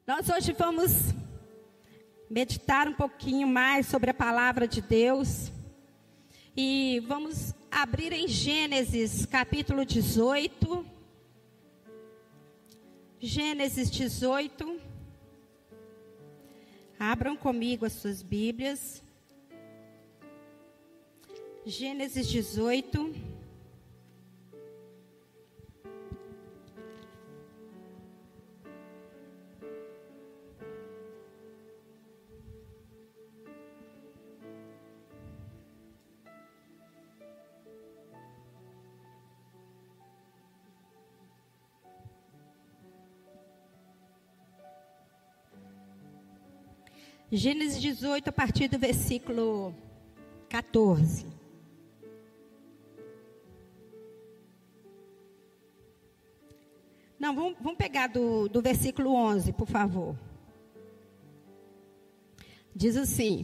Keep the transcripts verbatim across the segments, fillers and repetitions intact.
Nós hoje vamos meditar um pouquinho mais sobre a palavra de Deus. E vamos abrir em Gênesis capítulo dezoito. Gênesis dezoito. Abram comigo as suas Bíblias. Gênesis dezoito. Gênesis dezoito, a partir do versículo quatorze. Não, vamos, vamos pegar do, do versículo onze, por favor. Diz assim: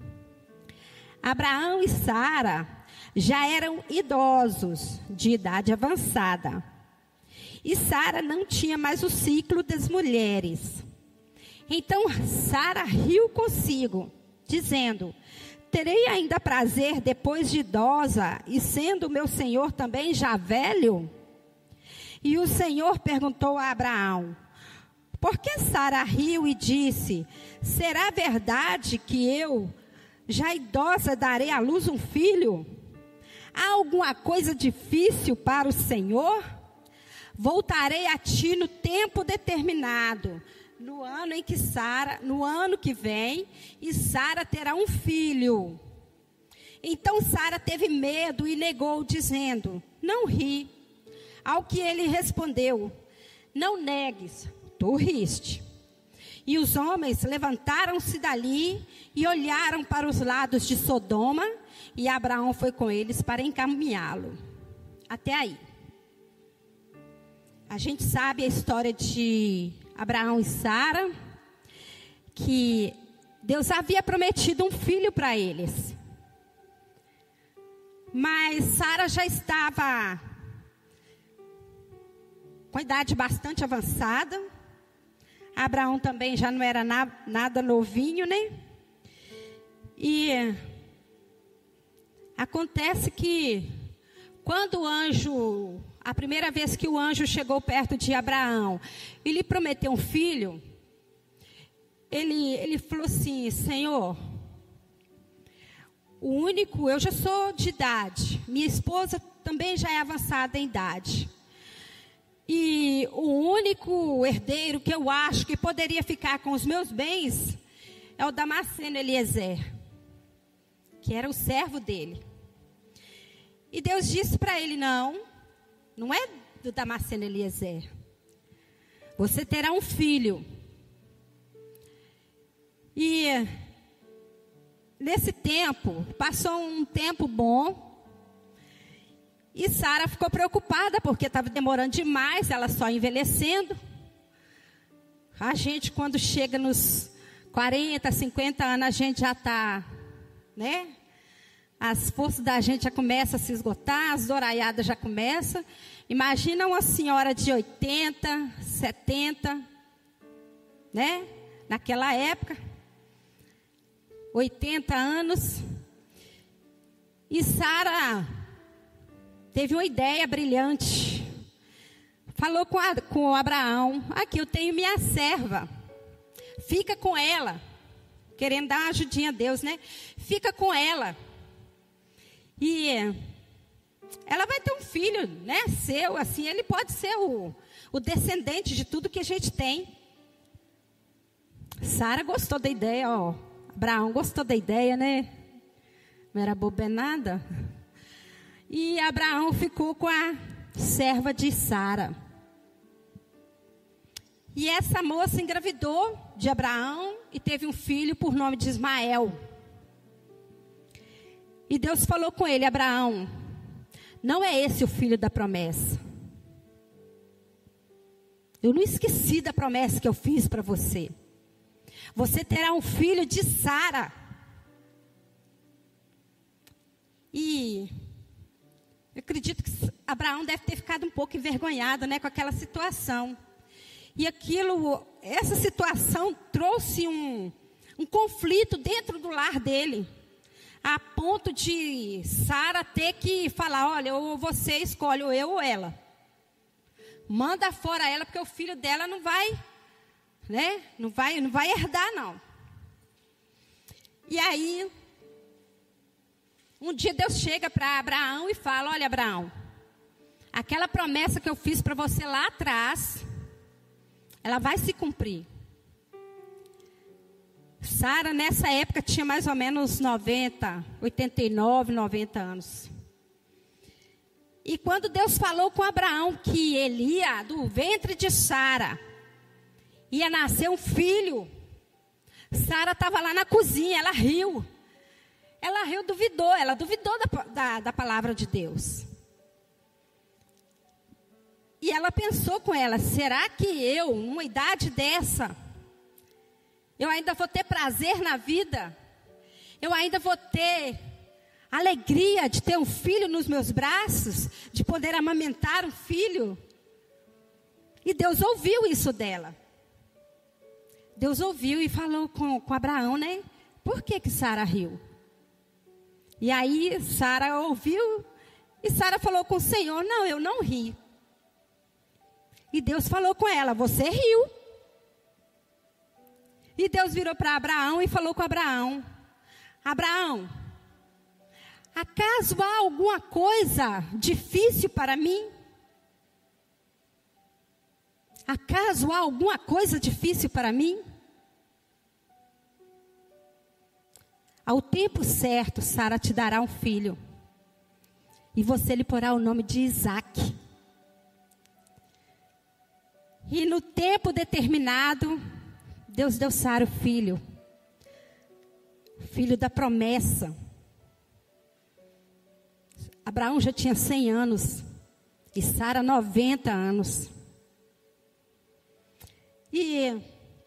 Abraão e Sara já eram idosos, de idade avançada. E Sara não tinha mais o ciclo das mulheres. Então Sara riu consigo, dizendo: terei ainda prazer depois de idosa, e sendo meu senhor também já velho? E o Senhor perguntou a Abraão: por que Sara riu e disse: será verdade que eu, já idosa, darei à luz um filho? Há alguma coisa difícil para o Senhor? Voltarei a ti no tempo determinado, no ano em que Sara, no ano que vem, e Sara terá um filho. Então Sara teve medo e negou, dizendo: não ri. Ao que ele respondeu: não negues, tu riste. E os homens levantaram-se dali e olharam para os lados de Sodoma, e Abraão foi com eles para encaminhá-lo. Até aí. A gente sabe a história de Abraão e Sara, que Deus havia prometido um filho para eles. Mas Sara já estava com idade bastante avançada. Abraão também já não era na, nada novinho, né? E acontece que quando o anjo, a primeira vez que o anjo chegou perto de Abraão e lhe prometeu um filho, ele, ele falou assim: Senhor, o único, eu já sou de idade, minha esposa também já é avançada em idade. E o único herdeiro que eu acho que poderia ficar com os meus bens é o Damasceno Eliezer, que era o servo dele. E Deus disse para ele: não, não é do Damasceno Eliezer. Você terá um filho. E nesse tempo, passou um tempo bom. E Sara ficou preocupada, porque estava demorando demais, ela só envelhecendo. A gente, quando chega nos quarenta, cinquenta anos, a gente já está, né? As forças da gente já começam a se esgotar, as oraiadas já começam. Imagina uma senhora de oitenta, setenta, né? Naquela época, oitenta anos. E Sara teve uma ideia brilhante. Falou com, a, com Abraão: aqui eu tenho minha serva, fica com ela. Querendo dar uma ajudinha a Deus, né? Fica com ela. E ela vai ter um filho, né? Seu, assim, ele pode ser o, o descendente de tudo que a gente tem. Sara gostou da ideia, ó. Abraão gostou da ideia, né? Não era bobenada. E Abraão ficou com a serva de Sara. E essa moça engravidou de Abraão e teve um filho por nome de Ismael. E Deus falou com ele: Abraão, não é esse o filho da promessa. Eu não esqueci da promessa que eu fiz para você. Você terá um filho de Sara. E eu acredito que Abraão deve ter ficado um pouco envergonhado, né, com aquela situação. E aquilo, essa situação trouxe um, um conflito dentro do lar dele. A ponto de Sara ter que falar, olha, ou você escolhe, ou eu ou ela. Manda fora ela, porque o filho dela não vai, né? Não vai, não vai herdar, não. E aí, um dia Deus chega para Abraão e fala, olha, Abraão, aquela promessa que eu fiz para você lá atrás, ela vai se cumprir. Sara, nessa época, tinha mais ou menos noventa, oitenta e nove, noventa anos. E quando Deus falou com Abraão que ele ia, do ventre de Sara, ia nascer um filho, Sara estava lá na cozinha, ela riu. Ela riu, duvidou, ela duvidou da, da, da palavra de Deus. E ela pensou com ela, será que eu, numa idade dessa, eu ainda vou ter prazer na vida? Eu ainda vou ter alegria de ter um filho nos meus braços? De poder amamentar um filho? E Deus ouviu isso dela. Deus ouviu e falou com, com Abraão, né? Por que que Sara riu? E aí Sara ouviu e Sara falou com o Senhor, não, eu não ri. E Deus falou com ela, você riu. E Deus virou para Abraão e falou com Abraão, Abraão, acaso há alguma coisa difícil para mim? Acaso há alguma coisa difícil para mim? Ao tempo certo, Sara te dará um filho. E você lhe porá o nome de Isaque. E no tempo determinado, Deus deu Sara o filho. Filho da promessa. Abraão já tinha cem anos. E Sara noventa anos. E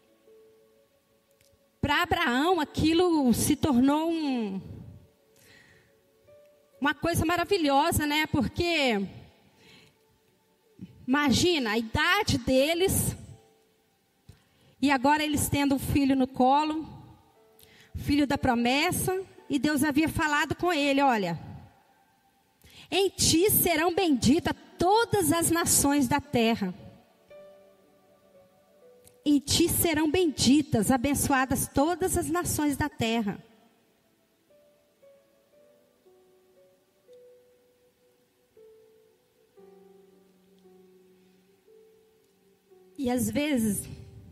para Abraão aquilo se tornou um, uma coisa maravilhosa, né? Porque imagina a idade deles e agora eles tendo um filho no colo, filho da promessa, e Deus havia falado com ele, olha, em ti serão benditas todas as nações da terra. Em ti serão benditas, abençoadas todas as nações da terra. E às vezes,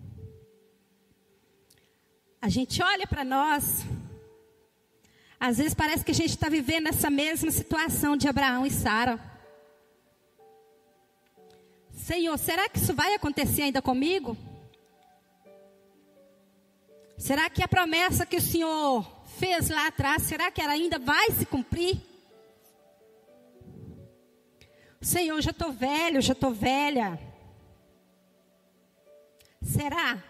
a gente olha para nós, às vezes parece que a gente está vivendo essa mesma situação de Abraão e Sara. Senhor, será que isso vai acontecer ainda comigo? Será que a promessa que o Senhor fez lá atrás, será que ela ainda vai se cumprir? Senhor, eu já estou velho, já estou velha. Será?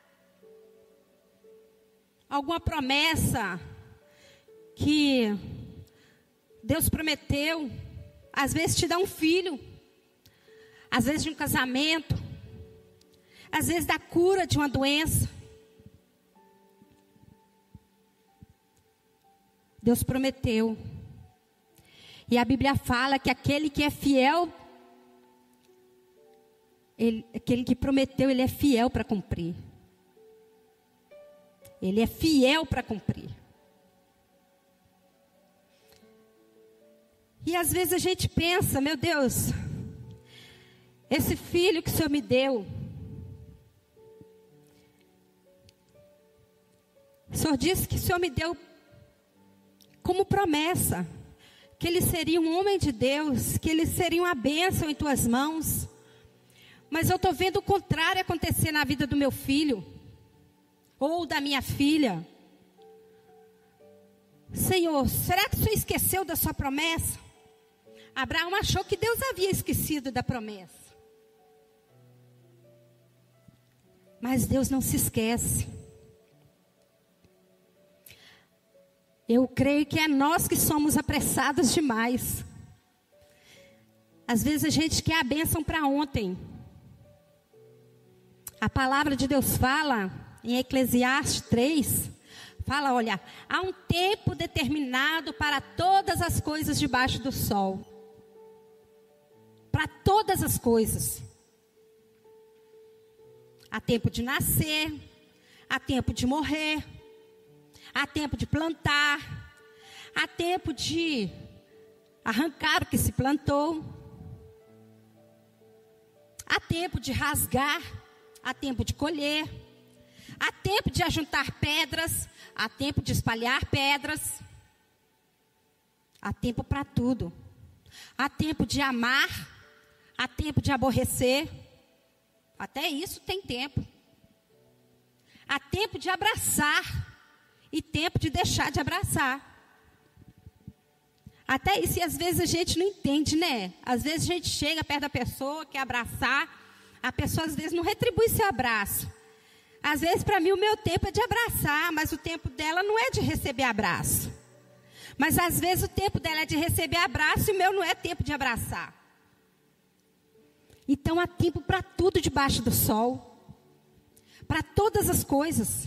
Alguma promessa que Deus prometeu, às vezes te dá um filho, às vezes de um casamento, às vezes da cura de uma doença. Deus prometeu. E a Bíblia fala que aquele que é fiel, ele, aquele que prometeu, ele é fiel para cumprir. Ele é fiel para cumprir. E às vezes a gente pensa, meu Deus, esse filho que o Senhor me deu, o Senhor disse que o Senhor me deu como promessa, que ele seria um homem de Deus, que ele seria uma bênção em tuas mãos. Mas eu estou vendo o contrário acontecer na vida do meu filho, ou da minha filha. Senhor, será que o Senhor esqueceu da sua promessa? Abraão achou que Deus havia esquecido da promessa. Mas Deus não se esquece. Eu creio que é nós que somos apressados demais. Às vezes a gente quer a bênção para ontem. A palavra de Deus fala em Eclesiastes três, fala, olha, há um tempo determinado para todas as coisas debaixo do sol. Para todas as coisas. Há tempo de nascer, há tempo de morrer, há tempo de plantar, há tempo de arrancar o que se plantou, há tempo de rasgar, há tempo de colher, há tempo de ajuntar pedras, há tempo de espalhar pedras, há tempo para tudo. Há tempo de amar, há tempo de aborrecer, até isso tem tempo. Há tempo de abraçar e tempo de deixar de abraçar. Até isso, e às vezes a gente não entende, né? Às vezes a gente chega perto da pessoa, quer abraçar, a pessoa às vezes não retribui seu abraço. Às vezes para mim o meu tempo é de abraçar, mas o tempo dela não é de receber abraço. Mas às vezes o tempo dela é de receber abraço e o meu não é tempo de abraçar. Então há tempo para tudo debaixo do sol. Para todas as coisas.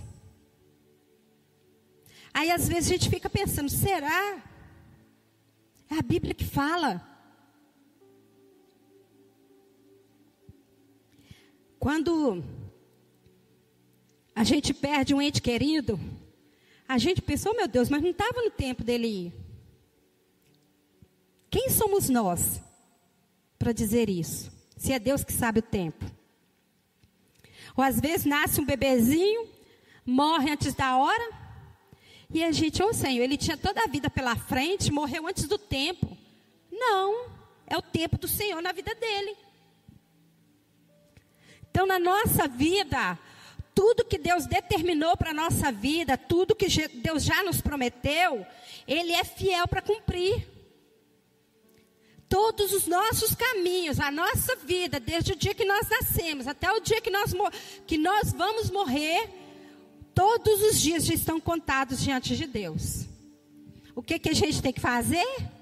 Aí às vezes a gente fica pensando, será? É a Bíblia que fala. Quando a gente perde um ente querido, a gente pensou, meu Deus, mas não estava no tempo dele ir. Quem somos nós para dizer isso? Se é Deus que sabe o tempo. Ou às vezes nasce um bebezinho, morre antes da hora, e a gente, ô Senhor, ele tinha toda a vida pela frente, morreu antes do tempo. Não, é o tempo do Senhor na vida dele. Então, na nossa vida, tudo que Deus determinou para a nossa vida, tudo que Deus já nos prometeu, Ele é fiel para cumprir. Todos os nossos caminhos, a nossa vida, desde o dia que nós nascemos, até o dia que nós, que nós vamos morrer, todos os dias já estão contados diante de Deus. O que, que a gente tem que fazer?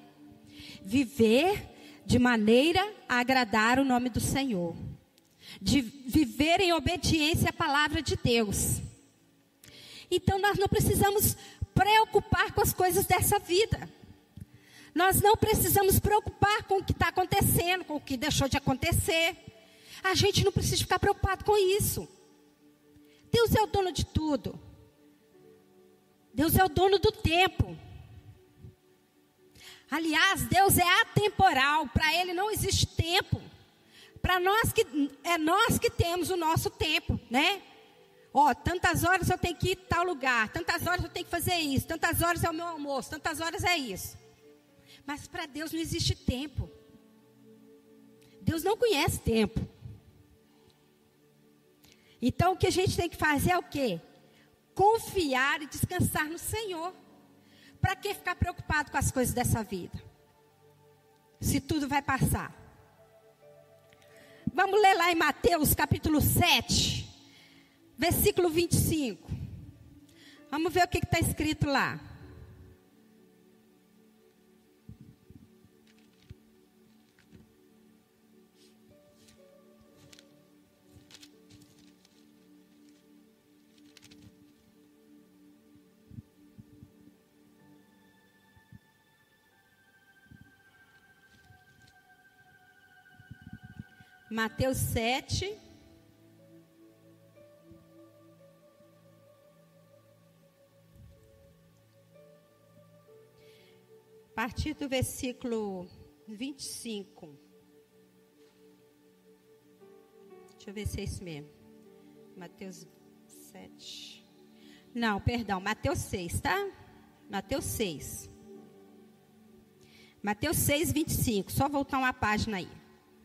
Viver de maneira a agradar o nome do Senhor. De viver em obediência à palavra de Deus. Então nós não precisamos preocupar com as coisas dessa vida. Nós não precisamos preocupar com o que está acontecendo, com o que deixou de acontecer. A gente não precisa ficar preocupado com isso. Deus é o dono de tudo. Deus é o dono do tempo. Aliás, Deus é atemporal. Para Ele não existe tempo. Para nós que é nós que temos o nosso tempo, né? Ó, tantas horas eu tenho que ir em tal lugar, tantas horas eu tenho que fazer isso, tantas horas é o meu almoço, tantas horas é isso. Mas para Deus não existe tempo. Deus não conhece tempo. Então o que a gente tem que fazer é o quê? Confiar e descansar no Senhor. Para que ficar preocupado com as coisas dessa vida? Se tudo vai passar. Vamos ler lá em Mateus capítulo sete, versículo vinte e cinco. Vamos ver o que está escrito lá. Mateus sete, a partir do versículo vinte e cinco. Deixa eu ver se é isso mesmo. Mateus sete. Não, perdão, Mateus seis, tá? Mateus seis. Mateus seis, vinte e cinco. Só voltar uma página aí.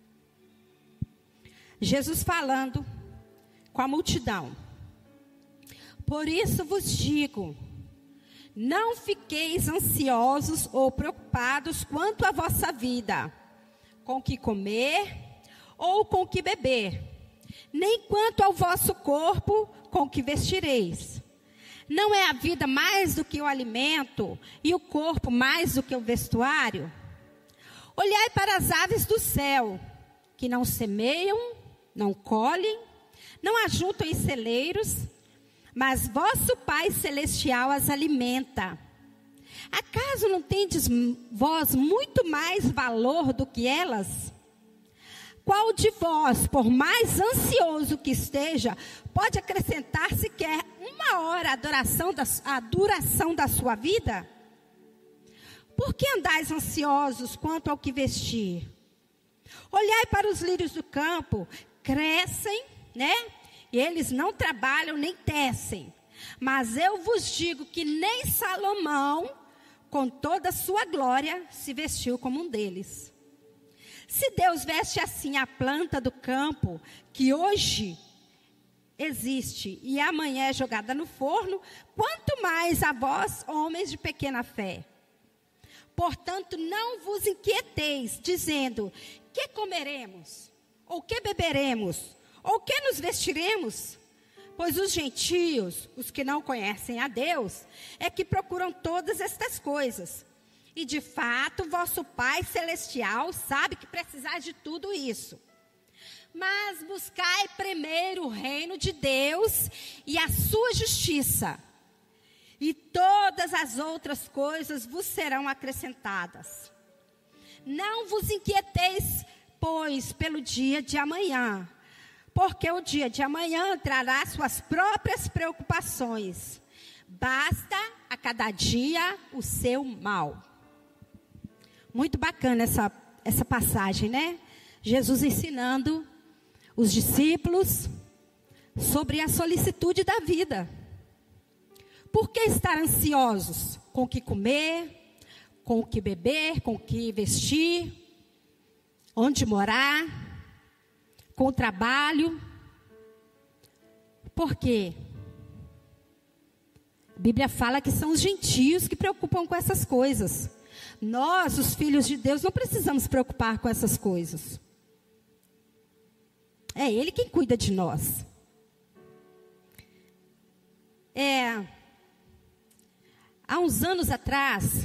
Jesus falando com a multidão. Por isso vos digo, não fiqueis ansiosos ou preocupados quanto à vossa vida, com o que comer ou com o que beber, nem quanto ao vosso corpo, com o que vestireis. Não é a vida mais do que o alimento e o corpo mais do que o vestuário? Olhai para as aves do céu, que não semeiam, não colhem, Não ajuntam em celeiros, mas vosso Pai Celestial as alimenta. Acaso não tendes vós muito mais valor do que elas? Qual de vós, por mais ansioso que esteja, pode acrescentar sequer uma hora à duração da, à duração da sua vida? Por que andais ansiosos quanto ao que vestir? Olhai para os lírios do campo, crescem, né? E eles não trabalham nem tecem. Mas eu vos digo que nem Salomão, com toda a sua glória, se vestiu como um deles. Se Deus veste assim a planta do campo, que hoje existe e amanhã é jogada no forno, quanto mais a vós, homens de pequena fé. Portanto, não vos inquieteis, dizendo, que comeremos? Ou que beberemos? Ou que nos vestiremos? Pois os gentios, os que não conhecem a Deus, é que procuram todas estas coisas. E de fato, vosso Pai Celestial sabe que precisais de tudo isso. Mas buscai primeiro o reino de Deus e a sua justiça. E todas as outras coisas vos serão acrescentadas. Não vos inquieteis, pois, pelo dia de amanhã. Porque o dia de amanhã trará suas próprias preocupações. Basta a cada dia o seu mal. Muito bacana essa, essa passagem, né? Jesus ensinando os discípulos sobre a solicitude da vida. Por que estar ansiosos? Com o que comer, com o que beber, com o que vestir, onde morar, com o trabalho. Por quê? A Bíblia fala que são os gentios que preocupam com essas coisas. Nós, os filhos de Deus, não precisamos preocupar com essas coisas. É Ele quem cuida de nós. É, há uns anos atrás,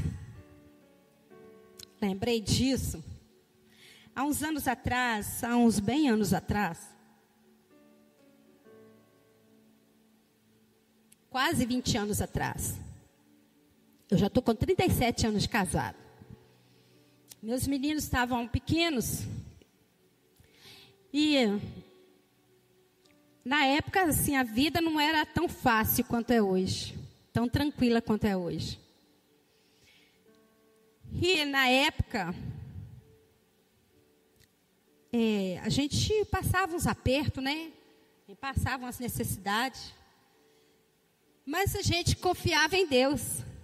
lembrei disso. Há uns anos atrás, há uns bem anos atrás, quase vinte anos atrás, eu já estou com trinta e sete anos de casado. Meus meninos estavam pequenos. E, na época, assim, a vida não era tão fácil quanto é hoje. Tão tranquila quanto é hoje. E, na época, é, a gente passava uns apertos, né? E passava umas necessidades. Mas a gente confiava em Deus.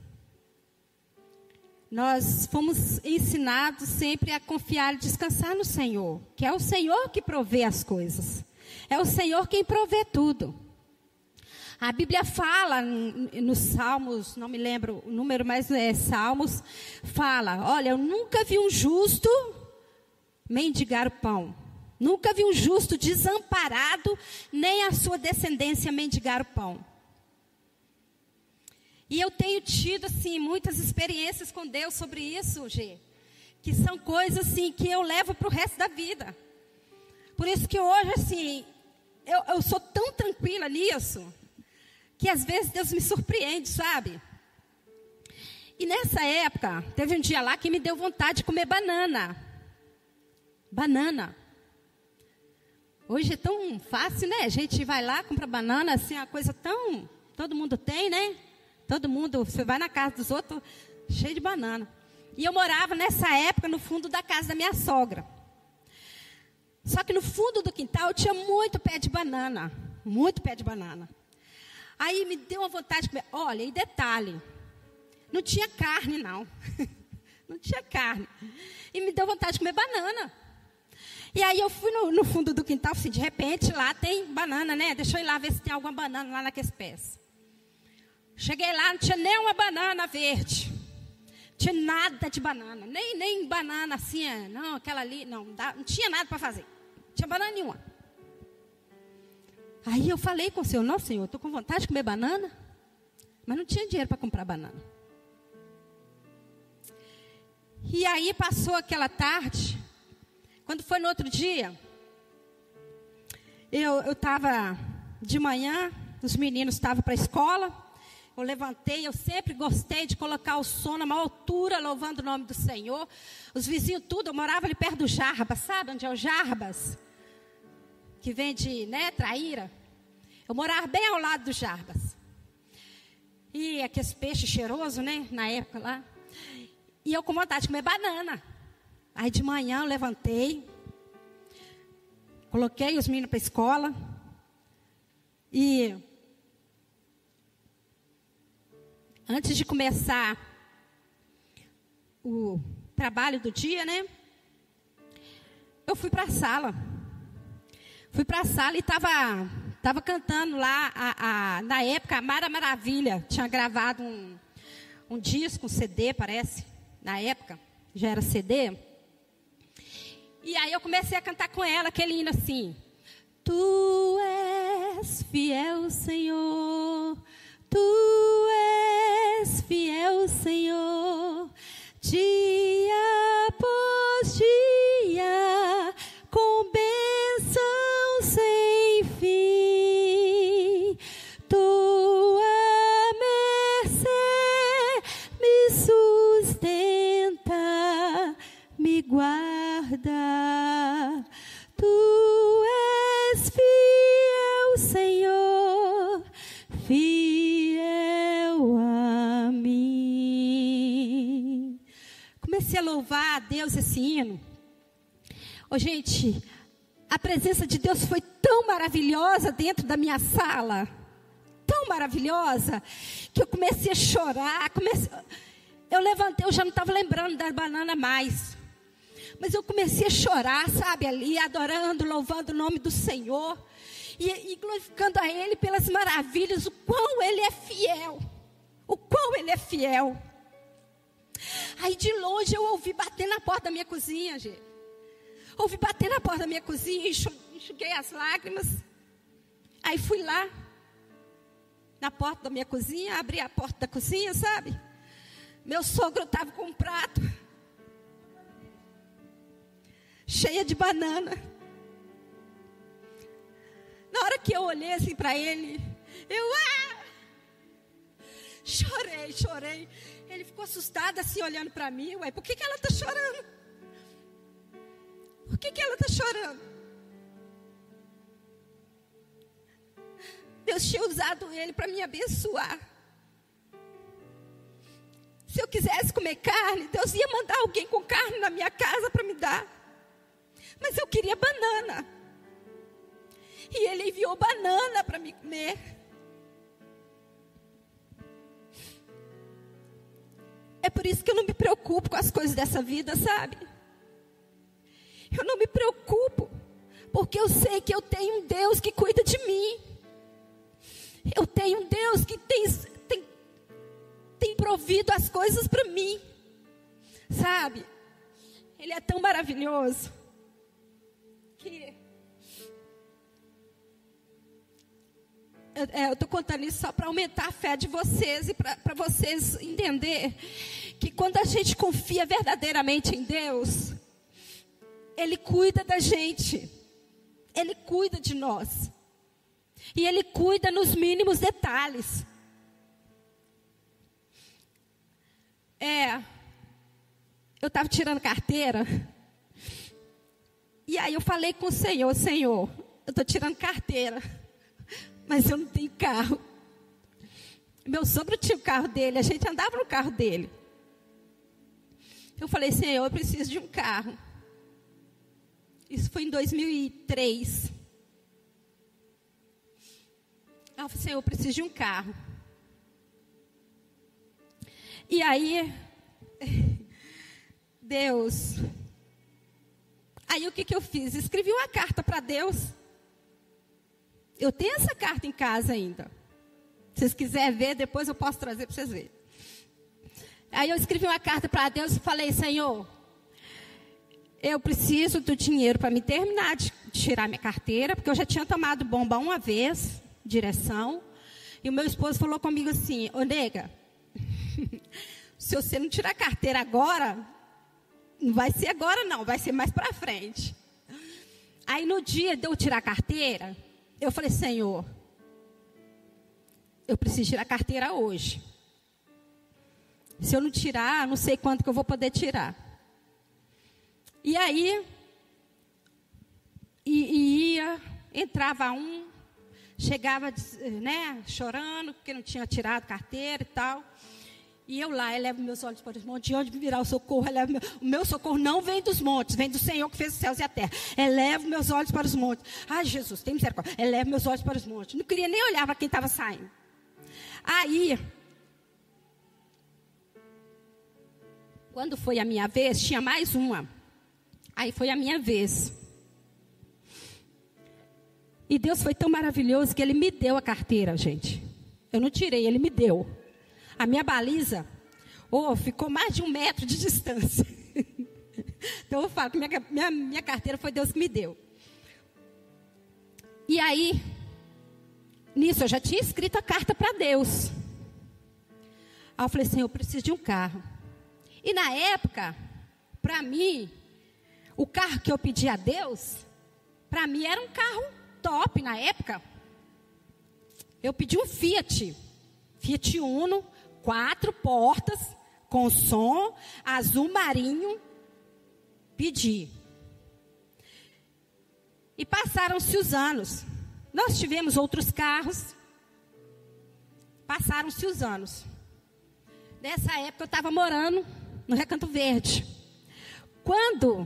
Nós fomos ensinados sempre a confiar e descansar no Senhor. Que é o Senhor que provê as coisas. É o Senhor quem provê tudo. A Bíblia fala nos Salmos, não me lembro o número, mas é Salmos, fala, olha, eu nunca vi um justo mendigar o pão. Nunca vi um justo desamparado, nem a sua descendência mendigar o pão. E eu tenho tido, assim, muitas experiências com Deus sobre isso, Gê. Que são coisas, assim, que eu levo para o resto da vida. Por isso que hoje, assim, eu, eu sou tão tranquila nisso, que às vezes Deus me surpreende, sabe? E nessa época, teve um dia lá que me deu vontade de comer banana. Banana. Hoje é tão fácil, né? A gente vai lá, compra banana, assim, uma coisa tão... Todo mundo tem, né? Todo mundo, você vai na casa dos outros, cheio de banana. E eu morava nessa época no fundo da casa da minha sogra. Só que no fundo do quintal tinha muito pé de banana. Muito pé de banana. Aí me deu uma vontade de comer. Olha, e detalhe, não tinha carne não. Não tinha carne. E me deu vontade de comer banana. E aí eu fui no, no fundo do quintal, assim, de repente lá tem banana, né? Deixa eu ir lá ver se tem alguma banana lá naqueles pés. Cheguei lá, não tinha nem uma banana verde. Não tinha nada de banana. Nem, nem banana assim, não, aquela ali. Não, não tinha nada para fazer. Não tinha banana nenhuma. Aí eu falei com o Senhor, não, Senhor, estou com vontade de comer banana. Mas não tinha dinheiro para comprar banana. E aí passou aquela tarde. Quando foi no outro dia, eu estava de manhã, os meninos estavam para a escola. Eu levantei, eu sempre gostei de colocar o som na maior altura, louvando o nome do Senhor. Os vizinhos tudo, eu morava ali perto do Jarbas, sabe onde é o Jarbas? Que vende, né, traíra. Eu morava bem ao lado do Jarbas. E aqueles peixes cheirosos, né, na época lá. E eu com vontade de comer banana. Aí de manhã eu levantei, coloquei os meninos para a escola. E antes de começar o trabalho do dia, né? Eu fui para a sala. Fui para a sala e estava tava cantando lá, a, a, na época, a Mara Maravilha. Tinha gravado um, um disco, um C D, parece. Na época, já era C D. E aí eu comecei a cantar com ela, aquele hino assim. Tu és fiel, Senhor. Tu és fiel, Senhor, dia após dia, com bênção sem fim. Tua mercê me sustenta, me guarda. Tu és fiel, Senhor, fiel a mim. Comecei a louvar a Deus esse hino. Oh, gente, a presença de Deus foi tão maravilhosa dentro da minha sala, tão maravilhosa, que eu comecei a chorar. Comecei... Eu levantei, eu já não estava lembrando da banana mais. Mas eu comecei a chorar, sabe, ali, adorando, louvando o nome do Senhor. E, e glorificando a Ele pelas maravilhas, o quão Ele é fiel. O quão Ele é fiel. Aí de longe eu ouvi bater na porta da minha cozinha, gente. Ouvi bater na porta da minha cozinha, enxuguei as lágrimas. Aí fui lá, na porta da minha cozinha, abri a porta da cozinha, sabe? Meu sogro estava com um prato cheia de banana. Na hora que eu olhei assim para ele, eu ah! chorei, chorei. Ele ficou assustado assim, olhando para mim. Ué, por que, que ela está chorando? Por que, que ela está chorando? Deus tinha usado ele para me abençoar. Se eu quisesse comer carne, Deus ia mandar alguém com carne na minha casa para me dar. Mas eu queria banana. E Ele enviou banana para me comer. É por isso que eu não me preocupo com as coisas dessa vida, sabe? Eu não me preocupo, porque eu sei que eu tenho um Deus que cuida de mim. Eu tenho um Deus que tem, tem, tem provido as coisas para mim, sabe? Ele é tão maravilhoso que eu é, estou contando isso só para aumentar a fé de vocês e para vocês entender que quando a gente confia verdadeiramente em Deus, Ele cuida da gente, Ele cuida de nós, e Ele cuida nos mínimos detalhes. É, eu estava tirando carteira, e aí eu falei com o Senhor, Senhor, eu estou tirando carteira, mas eu não tenho carro. Meu sogro tinha o carro dele, a gente andava no carro dele. Eu falei, Senhor, eu preciso de um carro. Isso foi em dois mil e três. Eu falei, Senhor, eu preciso de um carro. E aí, Deus... Aí o que, que eu fiz? Escrevi uma carta para Deus. Eu tenho essa carta em casa ainda. Se vocês quiserem ver, depois eu posso trazer para vocês verem. Aí eu escrevi uma carta para Deus e falei, Senhor, eu preciso do dinheiro para me terminar de tirar minha carteira, porque eu já tinha tomado bomba uma vez, direção. E o meu esposo falou comigo assim, ô nega, se você não tirar a carteira agora, não vai ser agora não, vai ser mais para frente. Aí no dia de eu tirar a carteira, eu falei, Senhor, eu preciso tirar a carteira hoje. Se eu não tirar, não sei quanto que eu vou poder tirar. E aí, e, e ia, entrava um, chegava, né, chorando, porque não tinha tirado carteira e tal. E eu lá, elevo meus olhos para os montes, de onde me virá o socorro? Elevo meu, o meu socorro não vem dos montes, vem do Senhor que fez os céus e a terra. Elevo meus olhos para os montes. Ai, Jesus, tem misericórdia. Elevo meus olhos para os montes. Não queria nem olhar para quem estava saindo. Aí, quando foi a minha vez, tinha mais uma. Aí foi a minha vez. E Deus foi tão maravilhoso que Ele me deu a carteira, gente. Eu não tirei, Ele me deu. A minha baliza, oh, ficou mais de um metro de distância. Então eu falo que minha, minha, minha carteira foi Deus que me deu. E aí, nisso eu já tinha escrito a carta para Deus. Aí eu falei assim, eu preciso de um carro. E na época, para mim, o carro que eu pedi a Deus, para mim era um carro top na época. Eu pedi um Fiat, Fiat Uno, quatro portas, com som, azul marinho, pedi. E passaram-se os anos. Nós tivemos outros carros. Passaram-se os anos. Nessa época eu estava morando no Recanto Verde. Quando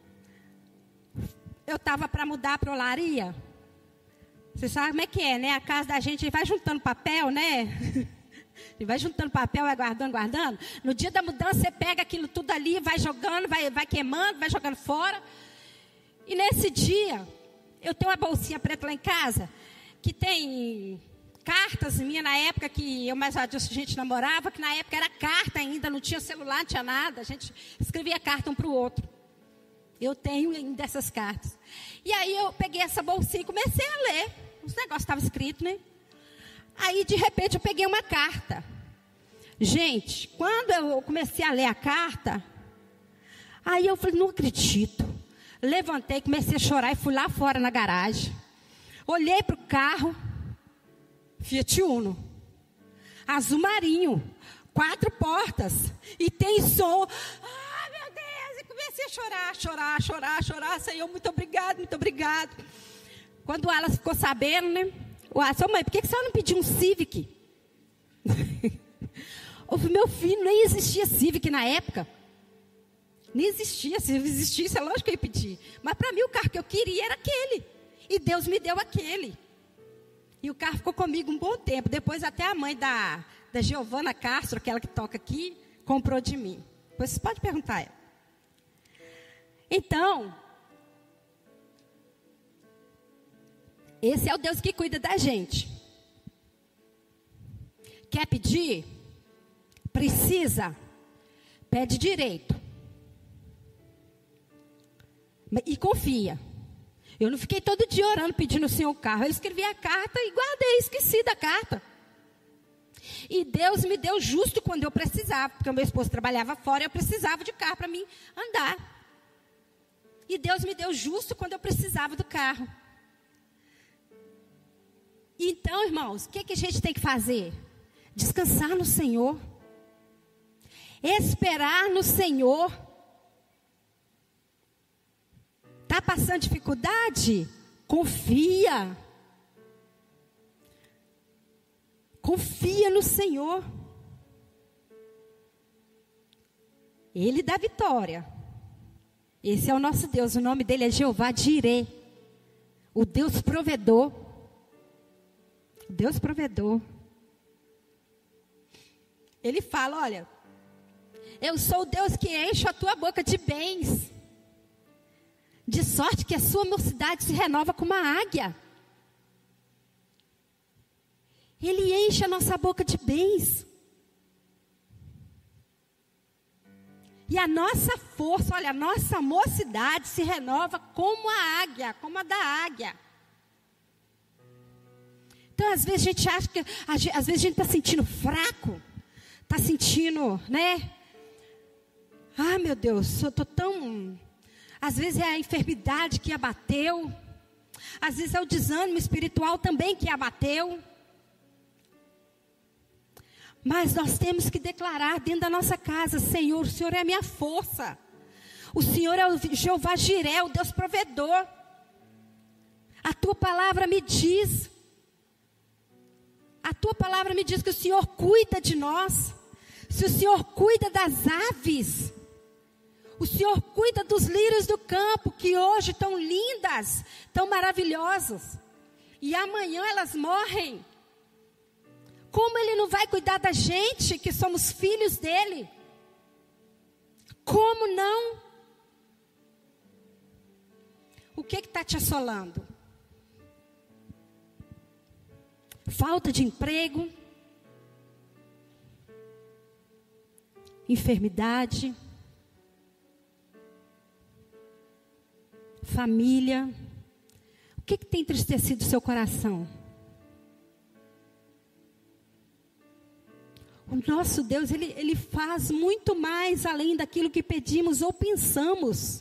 eu estava para mudar para Olaria, você sabe como é que é, né? A casa da gente vai juntando papel, né? E vai juntando papel, vai guardando, guardando. No dia da mudança, você pega aquilo tudo ali, vai jogando, vai, vai queimando, vai jogando fora. E nesse dia, eu tenho uma bolsinha preta lá em casa, que tem cartas minha na época que eu mais a gente namorava, que na época era carta ainda, não tinha celular, não tinha nada. A gente escrevia carta um para o outro. Eu tenho ainda essas cartas. E aí eu peguei essa bolsinha e comecei a ler. Os negócios estavam escritos, né? Aí, de repente, eu peguei uma carta. Gente, quando eu comecei a ler a carta, aí eu falei, não acredito. Levantei, comecei a chorar e fui lá fora na garagem. Olhei para o carro, Fiat Uno, azul marinho, quatro portas, e tem som. Ah, meu Deus, e comecei a chorar, chorar, chorar, chorar. Senhor, muito obrigado, muito obrigado. Quando ela ficou sabendo, né? Ué, sua mãe, por que a senhora não pediu um Civic? Eu falei, meu filho, nem existia Civic na época. Nem existia. Se existisse, é lógico que eu ia pedir. Mas para mim o carro que eu queria era aquele. E Deus me deu aquele. E o carro ficou comigo um bom tempo. Depois até a mãe da, da Giovana Castro, aquela que toca aqui, comprou de mim. Depois você pode perguntar a ela. Então, esse é o Deus que cuida da gente. Quer pedir? Precisa? Pede direito. E confia. Eu não fiquei todo dia orando, pedindo o Senhor o carro. Eu escrevi a carta e guardei, esqueci da carta. E Deus me deu justo quando eu precisava. Porque o meu esposo trabalhava fora e eu precisava de carro para mim andar. E Deus me deu justo quando eu precisava do carro. Então, irmãos, o que, que a gente tem que fazer? Descansar no Senhor. Esperar no Senhor. Está passando dificuldade? Confia. Confia no Senhor. Ele dá vitória. Esse é o nosso Deus. O nome dele é Jeová Jirê. O Deus provedor. Deus provedor. Ele fala, olha, eu sou o Deus que encho a tua boca de bens, de sorte que a sua mocidade se renova como uma águia. Ele enche a nossa boca de bens. E a nossa força, olha, a nossa mocidade se renova como a águia, como a da águia. Então, às vezes a gente acha que, às vezes a gente está sentindo fraco, está sentindo, né? Ah, meu Deus, eu estou tão... Às vezes é a enfermidade que abateu. Às vezes é o desânimo espiritual também que abateu. Mas nós temos que declarar dentro da nossa casa: Senhor, o Senhor é a minha força. O Senhor é o Jeová Jiré, o Deus provedor. A tua palavra me diz. A tua palavra me diz que o Senhor cuida de nós. Se o Senhor cuida das aves, o Senhor cuida dos lírios do campo, que hoje estão lindas, tão maravilhosas, e amanhã elas morrem. Como Ele não vai cuidar da gente, que somos filhos dEle? Como não? O que está te assolando? Falta de emprego? Enfermidade? Família? O que, que tem entristecido o seu coração? O nosso Deus, Ele, Ele faz muito mais além daquilo que pedimos ou pensamos.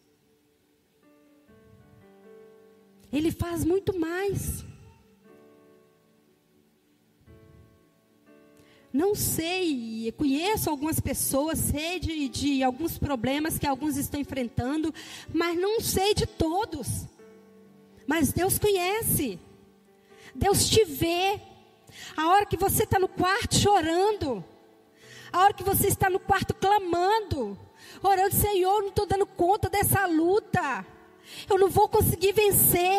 Ele faz muito mais. Não sei, conheço algumas pessoas, sei de, de alguns problemas que alguns estão enfrentando, mas não sei de todos. Mas Deus conhece. Deus te vê. A hora que você está no quarto chorando, a hora que você está no quarto clamando, orando: Senhor, não estou dando conta dessa luta, eu não vou conseguir vencer.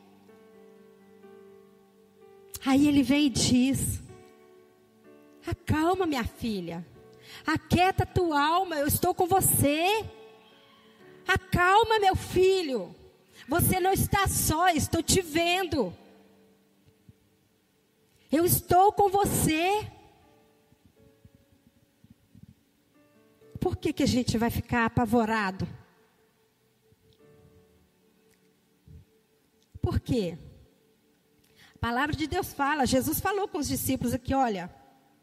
Aí Ele vem e diz: acalma, minha filha, aquieta tua alma, eu estou com você. Acalma, meu filho, você não está só, estou te vendo. Eu estou com você. Por que que a gente vai ficar apavorado? Por quê? A palavra de Deus fala, Jesus falou com os discípulos aqui, olha.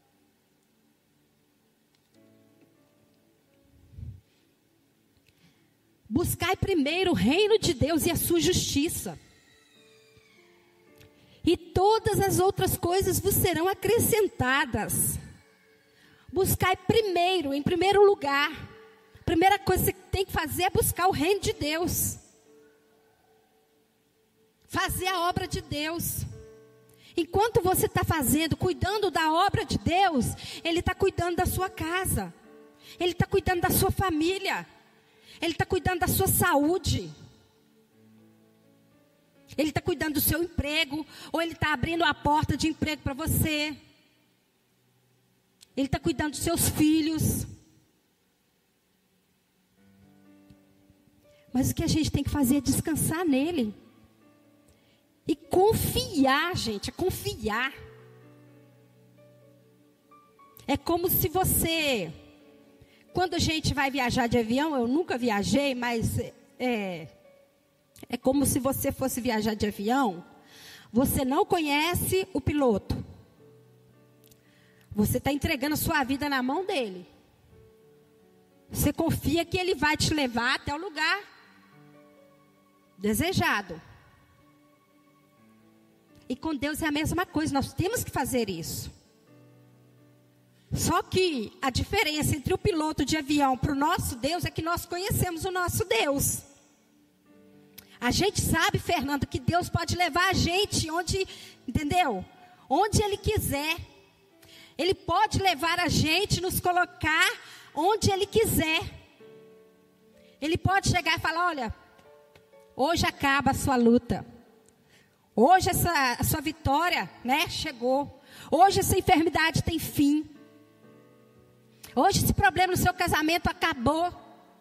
Buscai primeiro o reino de Deus e a sua justiça. E todas as outras coisas vos serão acrescentadas. Buscai primeiro, em primeiro lugar. A primeira coisa que você tem que fazer é buscar o reino de Deus. Fazer a obra de Deus. Enquanto você está fazendo, cuidando da obra de Deus, Ele está cuidando da sua casa. Ele está cuidando da sua família. Ele está cuidando da sua saúde. Ele está cuidando do seu emprego, ou Ele está abrindo a porta de emprego para você. Ele está cuidando dos seus filhos. Mas o que a gente tem que fazer é descansar nele. E confiar, gente, é confiar. É como se você, quando a gente vai viajar de avião, eu nunca viajei, mas é... É como se você fosse viajar de avião, você não conhece o piloto. Você está entregando a sua vida na mão dele. Você confia que ele vai te levar até o lugar desejado. E com Deus é a mesma coisa, nós temos que fazer isso. Só que a diferença entre o piloto de avião para o nosso Deus é que nós conhecemos o nosso Deus. A gente sabe, Fernando, que Deus pode levar a gente onde, entendeu? Onde Ele quiser. Ele pode levar a gente, nos colocar onde Ele quiser. Ele pode chegar e falar: olha, hoje acaba a sua luta. Hoje essa, a sua vitória, né, chegou. Hoje essa enfermidade tem fim. Hoje esse problema no seu casamento acabou.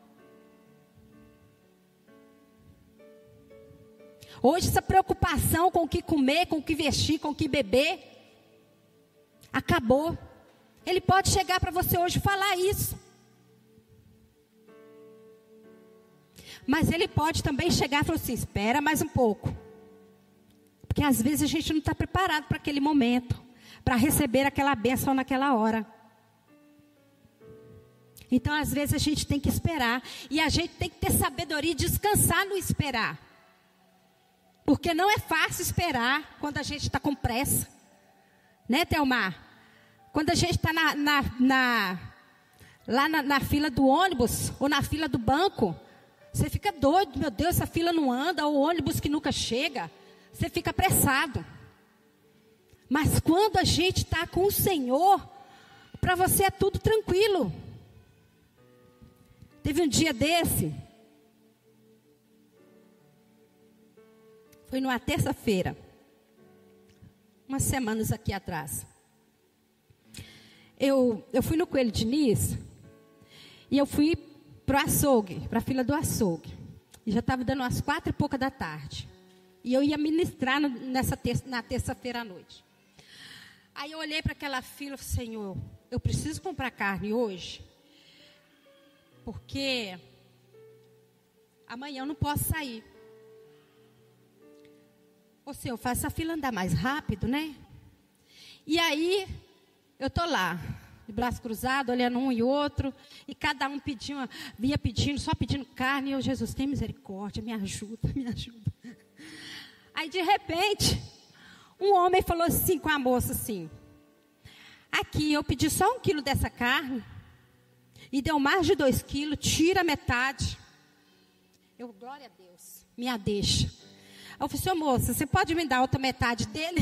Hoje essa preocupação com o que comer, com o que vestir, com o que beber, acabou. Ele pode chegar para você hoje e falar isso. Mas Ele pode também chegar e falar assim: espera mais um pouco. Porque às vezes a gente não está preparado para aquele momento, para receber aquela bênção naquela hora. Então, às vezes, a gente tem que esperar. E a gente tem que ter sabedoria e descansar no esperar. Porque não é fácil esperar quando a gente está com pressa. Né, Thelmar? Quando a gente está na, na, na, lá na, na fila do ônibus ou na fila do banco, você fica doido. Meu Deus, essa fila não anda, ou o ônibus que nunca chega. Você fica apressado. Mas quando a gente está com o Senhor, para você é tudo tranquilo. Teve um dia desse, foi numa terça-feira, umas semanas aqui atrás. Eu, eu fui no Coelho Diniz e eu fui para o açougue, para a fila do açougue. E já estava dando umas quatro e pouca da tarde. E eu ia ministrar no, nessa terça, na terça-feira à noite. Aí eu olhei para aquela fila e falei, Senhor, eu preciso comprar carne hoje, porque amanhã eu não posso sair. Ou seja, eu faço a fila andar mais rápido, né? E aí, eu estou lá, de braço cruzado, olhando um e outro, e cada um pedindo, vinha pedindo, só pedindo carne, e eu, Jesus, tem misericórdia, me ajuda, me ajuda. Aí, de repente, um homem falou assim com a moça assim, aqui, eu pedi só um quilo dessa carne, e deu mais de dois quilos, tira metade. Eu, glória a Deus, me a deixa. Aí eu falei, senhor, moça, você pode me dar a outra metade dele?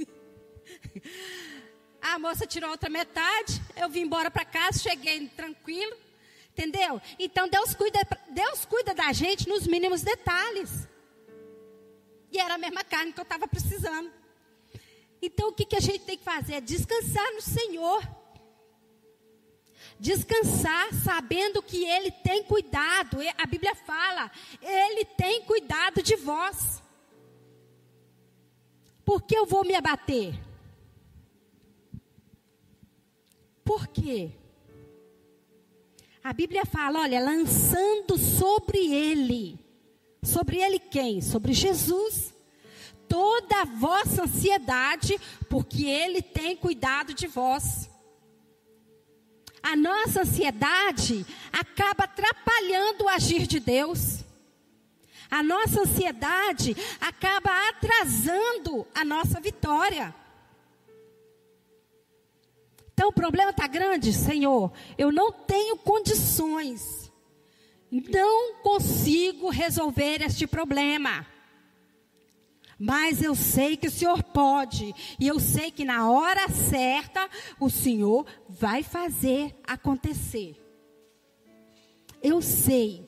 A moça tirou a outra metade, eu vim embora para casa, cheguei tranquilo, entendeu? Então Deus cuida, Deus cuida da gente nos mínimos detalhes. E era a mesma carne que eu estava precisando. Então o que, que a gente tem que fazer? É descansar no Senhor. Descansar sabendo que Ele tem cuidado. A Bíblia fala, Ele tem cuidado de vós. Por que eu vou me abater? Por quê? A Bíblia fala, olha, lançando sobre Ele. Sobre Ele quem? Sobre Jesus. Toda a vossa ansiedade, porque Ele tem cuidado de vós. A nossa ansiedade acaba atrapalhando o agir de Deus. A nossa ansiedade acaba atrasando a nossa vitória. Então o problema está grande, Senhor. Eu não tenho condições. Não consigo resolver este problema. Mas eu sei que o Senhor pode. E eu sei que na hora certa o Senhor vai fazer acontecer. Eu sei.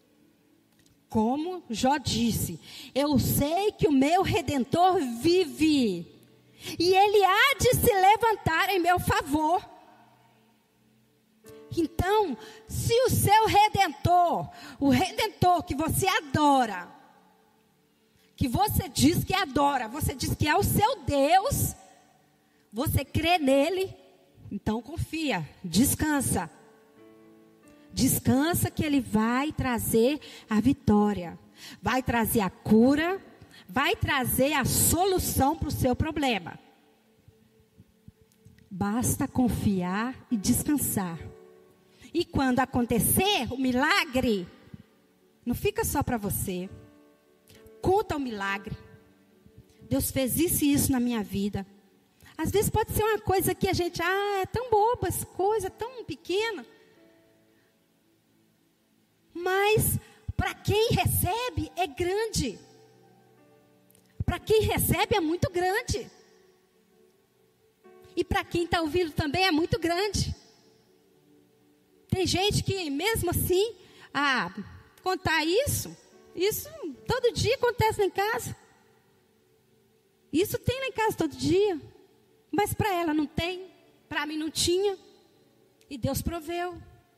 Como Jó disse, eu sei que o meu Redentor vive, e Ele há de se levantar em meu favor. Então, se o seu Redentor, o Redentor que você adora, que você diz que adora, você diz que é o seu Deus, você crê nele, então confia, descansa. Descansa que Ele vai trazer a vitória, vai trazer a cura, vai trazer a solução para o seu problema. Basta confiar e descansar. E quando acontecer o milagre, não fica só para você. Conta o milagre. Deus fez isso e isso na minha vida. Às vezes pode ser uma coisa que a gente, ah, é tão boba, essa coisa tão pequena. Mas, para quem recebe, é grande. Para quem recebe, é muito grande. E para quem está ouvindo também, é muito grande. Tem gente que, mesmo assim, ah, contar isso, isso todo dia acontece lá em casa. Isso tem lá em casa todo dia. Mas para ela não tem, para mim não tinha. E Deus proveu.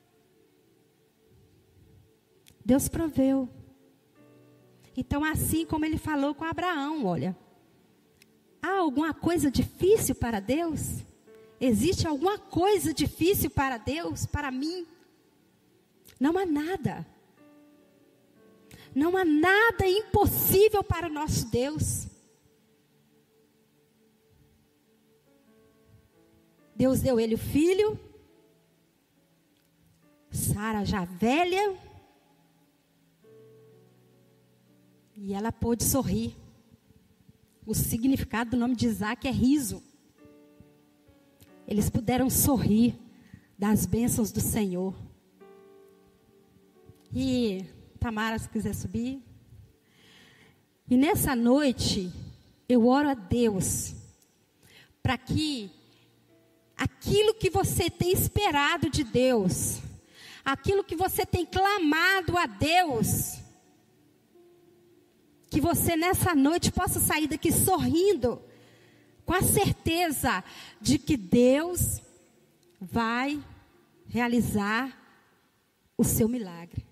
Deus proveu. Então, assim como Ele falou com Abraão, olha, há alguma coisa difícil para Deus? Existe alguma coisa difícil para Deus, para mim? Não há nada. Não há nada impossível para o nosso Deus. Deus deu Ele o Filho. Sara já velha, e ela pôde sorrir. O significado do nome de Isaac é riso. Eles puderam sorrir das bênçãos do Senhor. E Tamara, se quiser subir. E nessa noite, eu oro a Deus para que aquilo que você tem esperado de Deus, aquilo que você tem clamado a Deus, que você nessa noite possa sair daqui sorrindo, com a certeza de que Deus vai realizar o seu milagre.